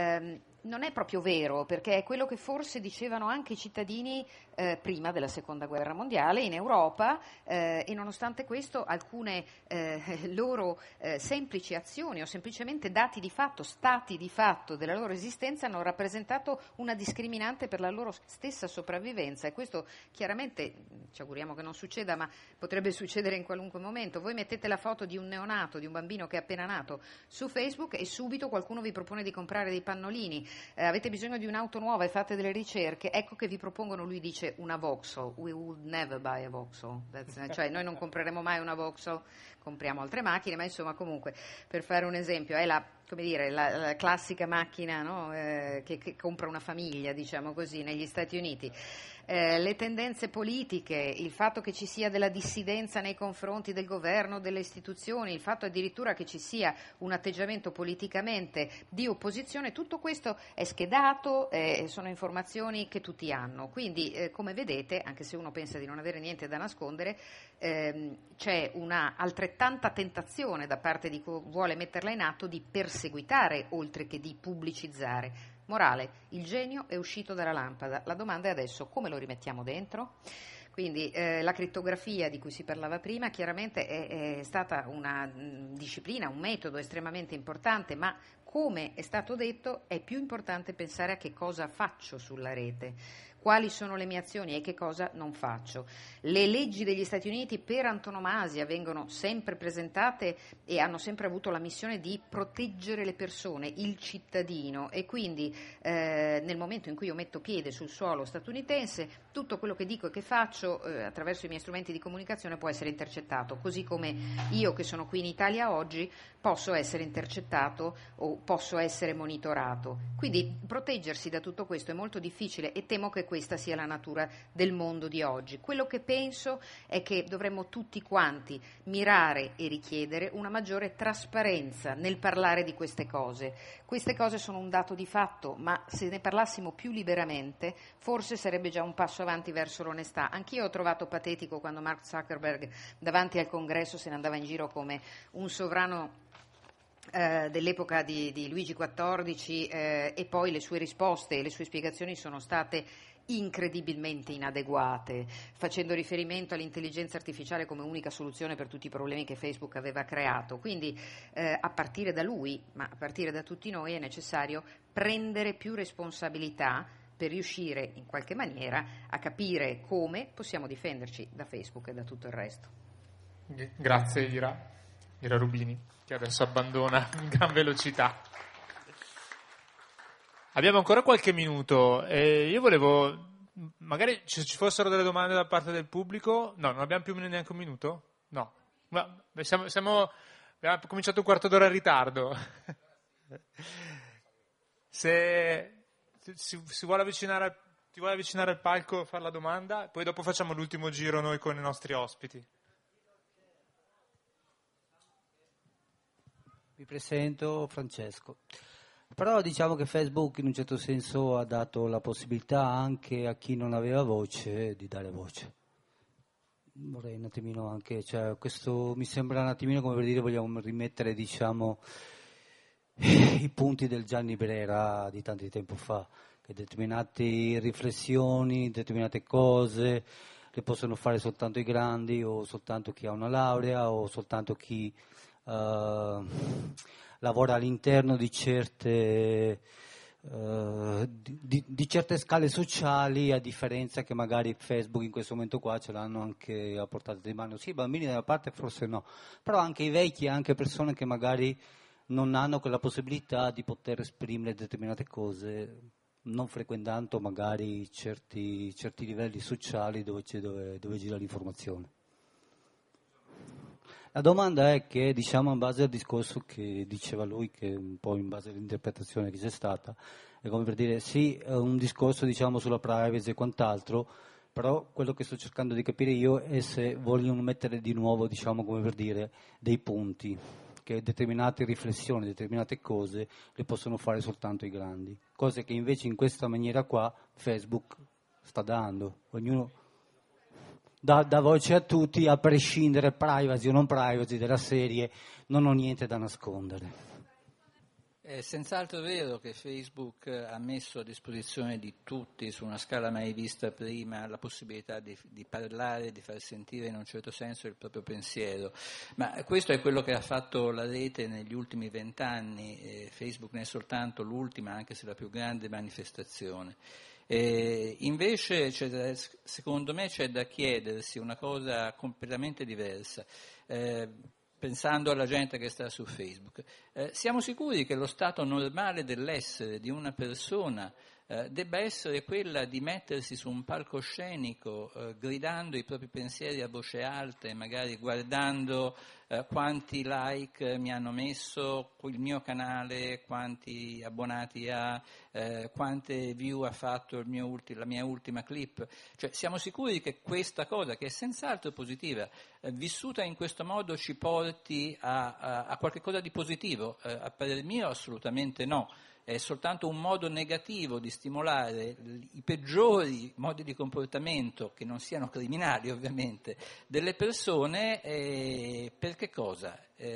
non è proprio vero, perché è quello che forse dicevano anche i cittadini prima della Seconda Guerra Mondiale in Europa, e nonostante questo alcune loro semplici azioni o semplicemente dati di fatto, stati di fatto della loro esistenza hanno rappresentato una discriminante per la loro stessa sopravvivenza, e questo chiaramente ci auguriamo che non succeda, ma potrebbe succedere in qualunque momento. Voi mettete la foto di un neonato, di un bambino che è appena nato su Facebook e subito qualcuno vi propone di comprare dei pannolini. Avete bisogno di un'auto nuova e fate delle ricerche, ecco che vi propongono, lui dice, una Vauxhall. We would never buy a Vauxhall. Cioè noi non compreremo mai una Vauxhall, compriamo altre macchine, ma insomma comunque, per fare un esempio, è la classica macchina, no? che compra una famiglia, diciamo così, negli Stati Uniti. Le tendenze politiche, il fatto che ci sia della dissidenza nei confronti del governo, delle istituzioni, il fatto addirittura che ci sia un atteggiamento politicamente di opposizione, tutto questo è schedato, sono informazioni che tutti hanno. Quindi, come vedete, anche se uno pensa di non avere niente da nascondere, c'è una altrettanta tentazione da parte di chi vuole metterla in atto di perseguitare oltre che di pubblicizzare. Morale, il genio è uscito dalla lampada, la domanda è adesso come lo rimettiamo dentro? Quindi la crittografia di cui si parlava prima chiaramente è stata una disciplina, un metodo estremamente importante, ma come è stato detto è più importante pensare a che cosa faccio sulla rete, quali sono le mie azioni e che cosa non faccio. Le leggi degli Stati Uniti per antonomasia vengono sempre presentate e hanno sempre avuto la missione di proteggere le persone, il cittadino, e quindi nel momento in cui io metto piede sul suolo statunitense tutto quello che dico e che faccio attraverso i miei strumenti di comunicazione può essere intercettato, così come io che sono qui in Italia oggi posso essere intercettato o posso essere monitorato. Quindi proteggersi da tutto questo è molto difficile e temo che questa sia la natura del mondo di oggi. Quello che penso è che dovremmo tutti quanti mirare e richiedere una maggiore trasparenza nel parlare di queste cose. Queste cose sono un dato di fatto, ma se ne parlassimo più liberamente forse sarebbe già un passo avanti verso l'onestà. Anch'io ho trovato patetico quando Mark Zuckerberg davanti al Congresso se ne andava in giro come un sovrano dell'epoca di Luigi XIV, e poi le sue risposte e le sue spiegazioni sono state incredibilmente inadeguate, facendo riferimento all'intelligenza artificiale come unica soluzione per tutti i problemi che Facebook aveva creato. Quindi a partire da lui, ma a partire da tutti noi, è necessario prendere più responsabilità per riuscire in qualche maniera a capire come possiamo difenderci da Facebook e da tutto il resto. Grazie Ira Rubini, che adesso abbandona in gran velocità. Abbiamo ancora qualche minuto e io volevo, magari ci fossero delle domande da parte del pubblico. No, non abbiamo più neanche un minuto? No, ma abbiamo cominciato un quarto d'ora in ritardo. Se si vuole avvicinare, ti vuole avvicinare al palco e fare la domanda, poi dopo facciamo l'ultimo giro noi con i nostri ospiti. Mi presento, Francesco. Però diciamo che Facebook in un certo senso ha dato la possibilità anche a chi non aveva voce di dare voce. Vorrei un attimino anche, cioè questo mi sembra un attimino come per dire vogliamo rimettere diciamo i punti del Gianni Brera di tanto tempo fa, che determinate riflessioni, determinate cose le possono fare soltanto i grandi o soltanto chi ha una laurea o soltanto chi lavora all'interno di certe di certe scale sociali, a differenza che magari Facebook in questo momento qua ce l'hanno anche a portata di mano. Sì, i bambini da una parte forse no, però anche i vecchi, anche persone che magari non hanno quella possibilità di poter esprimere determinate cose, non frequentando magari certi livelli sociali dove gira l'informazione. La domanda è che, diciamo, in base al discorso che diceva lui, che un po' in base all'interpretazione che c'è stata, è come per dire, sì, è un discorso, diciamo, sulla privacy e quant'altro, però quello che sto cercando di capire io è se vogliono mettere di nuovo, diciamo, come per dire, dei punti, che determinate riflessioni, determinate cose le possono fare soltanto i grandi, cose che invece in questa maniera qua Facebook sta dando, ognuno dà voce a tutti, a prescindere privacy o non privacy della serie, non ho niente da nascondere. È senz'altro vero che Facebook ha messo a disposizione di tutti, su una scala mai vista prima, la possibilità di parlare, di far sentire in un certo senso il proprio pensiero, ma questo è quello che ha fatto la rete negli ultimi 20 anni, Facebook ne è soltanto l'ultima, anche se la più grande manifestazione. Invece secondo me c'è da chiedersi una cosa completamente diversa, pensando alla gente che sta su Facebook. Siamo sicuri che lo stato normale dell'essere di una persona debba essere quella di mettersi su un palcoscenico gridando i propri pensieri a voce alta e magari guardando quanti like mi hanno messo il mio canale, quanti abbonati ha, quante view ha fatto la mia ultima clip? Cioè, siamo sicuri che questa cosa, che è senz'altro positiva, vissuta in questo modo ci porti a qualche cosa di positivo? A parer mio assolutamente no. È soltanto un modo negativo di stimolare i peggiori modi di comportamento, che non siano criminali ovviamente, delle persone. Per che cosa?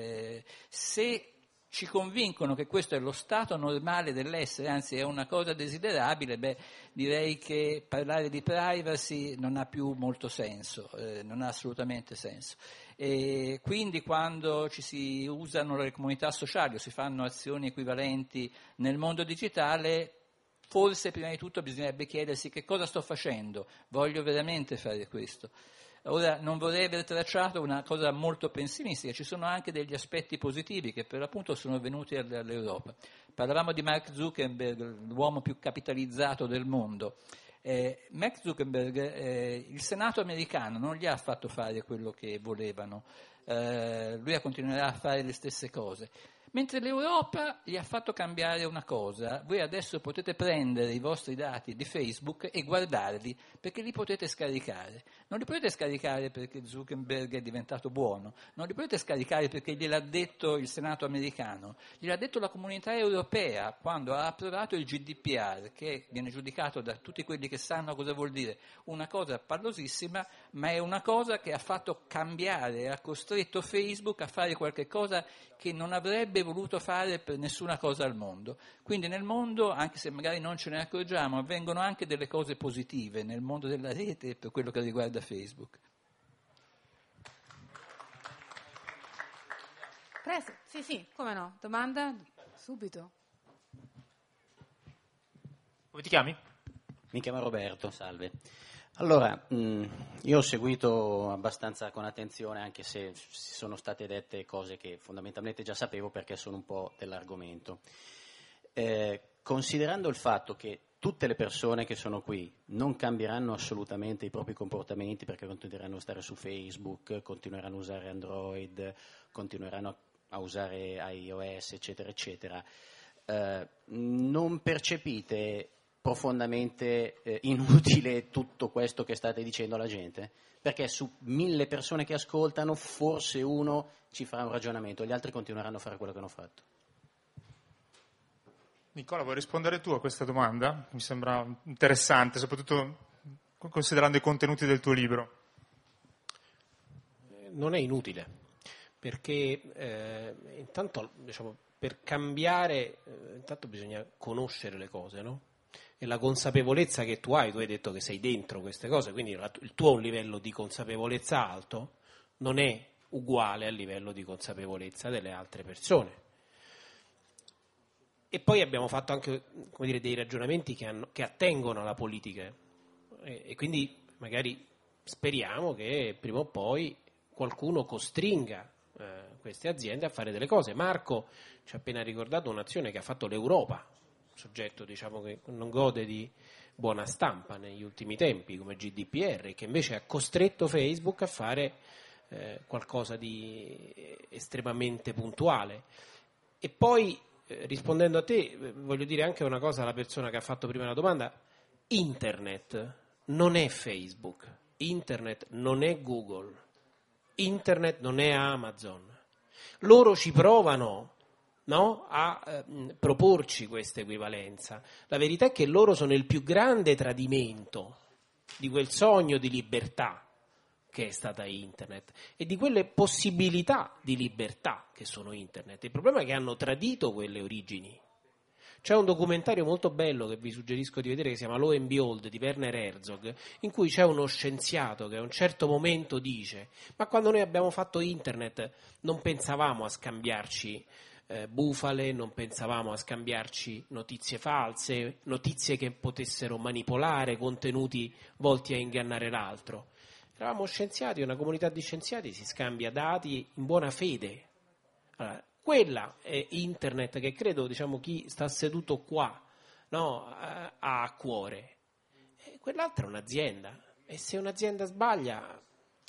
Se ci convincono che questo è lo stato normale dell'essere, anzi è una cosa desiderabile, direi che parlare di privacy non ha più molto senso, non ha assolutamente senso. E quindi quando ci si usano le comunità sociali o si fanno azioni equivalenti nel mondo digitale, forse prima di tutto bisognerebbe chiedersi che cosa sto facendo, voglio veramente fare questo. Ora, non vorrei aver tracciato una cosa molto pessimistica, ci sono anche degli aspetti positivi che per l'appunto sono venuti all'Europa. Parlavamo di Mark Zuckerberg, l'uomo più capitalizzato del mondo. Mark Zuckerberg, il Senato americano non gli ha fatto fare quello che volevano, lui continuerà a fare le stesse cose. Mentre l'Europa gli ha fatto cambiare una cosa: voi adesso potete prendere i vostri dati di Facebook e guardarli, perché li potete scaricare. Non li potete scaricare perché Zuckerberg è diventato buono, non li potete scaricare perché gliel'ha detto il Senato americano, gliel'ha detto la Comunità Europea quando ha approvato il GDPR, che viene giudicato da tutti quelli che sanno cosa vuol dire una cosa pallosissima, ma è una cosa che ha fatto cambiare, ha costretto Facebook a fare qualche cosa che non avrebbe voluto fare per nessuna cosa al mondo. Quindi nel mondo, anche se magari non ce ne accorgiamo, avvengono anche delle cose positive nel mondo della rete per quello che riguarda Facebook. Presto, sì, come no? Domanda? Subito. Come ti chiami? Mi chiamo Roberto, salve. Allora, io ho seguito abbastanza con attenzione, anche se sono state dette cose che fondamentalmente già sapevo perché sono un po' dell'argomento. Considerando il fatto che tutte le persone che sono qui non cambieranno assolutamente i propri comportamenti perché continueranno a stare su Facebook, continueranno a usare Android, continueranno a usare iOS, eccetera, eccetera, non percepite profondamente inutile tutto questo che state dicendo alla gente? Perché su 1000 persone che ascoltano forse uno ci farà un ragionamento, gli altri continueranno a fare quello che hanno fatto. Nicola, vuoi rispondere tu a questa domanda? Mi sembra interessante, soprattutto considerando i contenuti del tuo libro. Non è inutile, perché intanto, diciamo, per cambiare, intanto bisogna conoscere le cose, no? E la consapevolezza che tu hai detto che sei dentro queste cose, quindi il tuo livello di consapevolezza alto non è uguale al livello di consapevolezza delle altre persone. E poi abbiamo fatto anche, come dire, dei ragionamenti che attengono alla politica e quindi magari speriamo che prima o poi qualcuno costringa queste aziende a fare delle cose. Marco ci ha appena ricordato un'azione che ha fatto l'Europa, un soggetto, diciamo, che non gode di buona stampa negli ultimi tempi come GDPR, che invece ha costretto Facebook a fare qualcosa di estremamente puntuale. E poi rispondendo a te, voglio dire anche una cosa alla persona che ha fatto prima la domanda: Internet non è Facebook, Internet non è Google, Internet non è Amazon. Loro ci provano, no, a proporci questa equivalenza. La verità è che loro sono il più grande tradimento di quel sogno di libertà che è stata Internet e di quelle possibilità di libertà che sono Internet. Il problema è che hanno tradito quelle origini. C'è un documentario molto bello che vi suggerisco di vedere che si chiama Lo and Behold di Werner Herzog, in cui c'è uno scienziato che a un certo momento dice: ma quando noi abbiamo fatto Internet non pensavamo a scambiarci bufale, non pensavamo a scambiarci notizie false, notizie che potessero manipolare, contenuti volti a ingannare l'altro. Eravamo scienziati, una comunità di scienziati si scambia dati in buona fede. Allora, quella è Internet che credo, diciamo, chi sta seduto qua, no, ha a cuore. E quell'altra è un'azienda, e se un'azienda sbaglia,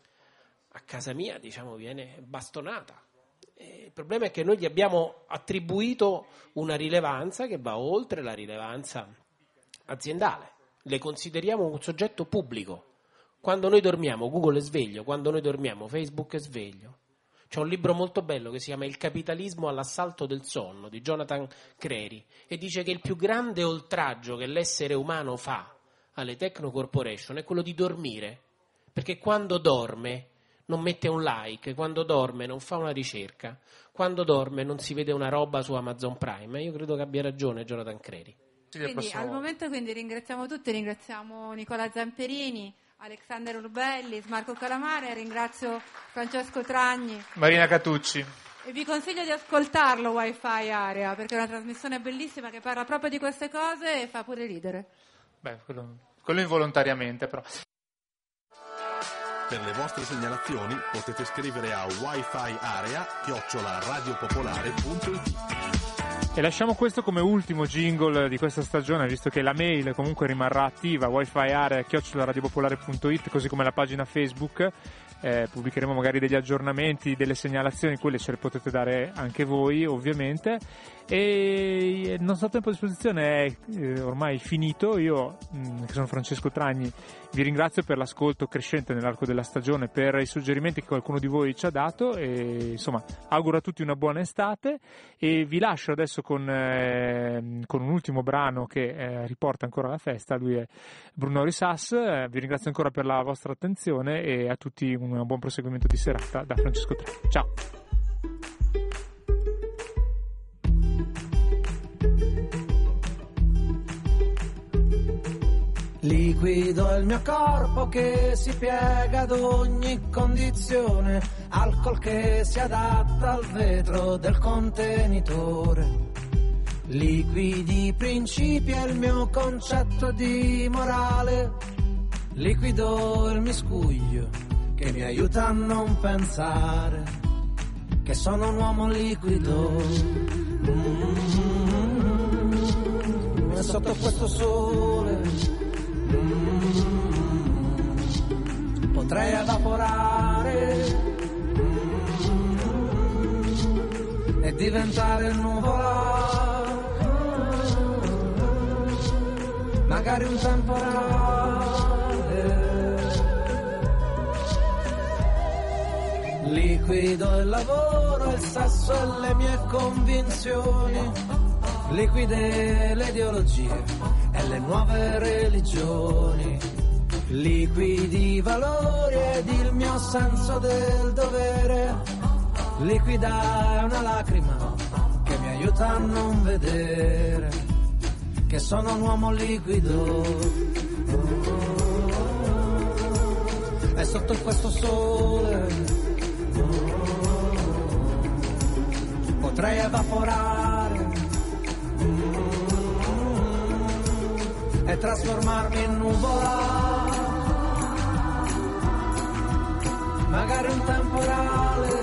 a casa mia, diciamo, viene bastonata. E il problema è che noi gli abbiamo attribuito una rilevanza che va oltre la rilevanza aziendale. Le consideriamo un soggetto pubblico. Quando noi dormiamo Google è sveglio, quando noi dormiamo Facebook è sveglio. C'è un libro molto bello che si chiama Il capitalismo all'assalto del sonno di Jonathan Crary e dice che il più grande oltraggio che l'essere umano fa alle techno corporation è quello di dormire, perché quando dorme non mette un like, quando dorme non fa una ricerca, quando dorme non si vede una roba su Amazon Prime. Io credo che abbia ragione Jonathan Crary. Quindi al momento ringraziamo tutti, ringraziamo Nicola Zamperini, Alexander Urbellis, Marco Calamare, ringrazio Francesco Tragni, Marina Catucci. E vi consiglio di ascoltarlo Wi-Fi Area, perché è una trasmissione bellissima che parla proprio di queste cose e fa pure ridere. Beh, quello involontariamente però. Per le vostre segnalazioni potete scrivere a wifiarea@radiopopolare.it. E lasciamo questo come ultimo jingle di questa stagione, visto che la mail comunque rimarrà attiva, wifiarea@radiopopolare.it, così come la pagina Facebook. Pubblicheremo magari degli aggiornamenti, delle segnalazioni, quelle ce le potete dare anche voi ovviamente. E il nostro tempo a disposizione è ormai finito. Io, che sono Francesco Tragni, vi ringrazio per l'ascolto crescente nell'arco della stagione, per i suggerimenti che qualcuno di voi ci ha dato e insomma auguro a tutti una buona estate e vi lascio adesso con un ultimo brano che riporta ancora la festa. Lui è Bruno Risas. Vi ringrazio ancora per la vostra attenzione e a tutti un buon proseguimento di serata da Francesco Tragni. Ciao. Liquido il mio corpo che si piega ad ogni condizione, alcol che si adatta al vetro del contenitore. Liquidi i principi e il mio concetto di morale, liquido il miscuglio che mi aiuta a non pensare che sono un uomo liquido. E sotto questo sole potrei evaporare e diventare nuvola, magari un temporale. Liquido il lavoro, il sesso e le mie convinzioni, liquide le ideologie e le nuove religioni, liquidi i valori ed il mio senso del dovere, liquida una lacrima che mi aiuta a non vedere che sono un uomo liquido. E sotto questo sole potrei evaporare e trasformarmi in nuvola, magari un temporale,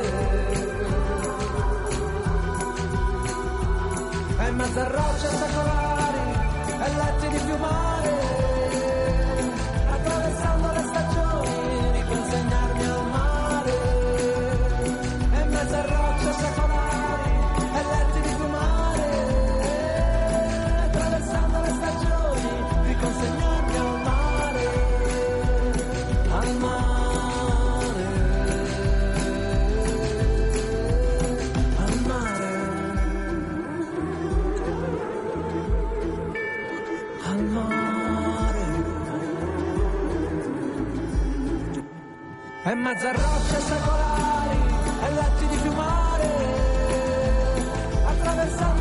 e in mezzo a rocce secolari e letti di piumare, attraversando le stagioni, riconsegnarmi al mare, e in mezzo a rocce secolari e letti di piumare, attraversando le stagioni, riconsegnarmi al mare, al mare, al mare, al mare, e in mezzo a rocce secolari e letti di piumare, attraversando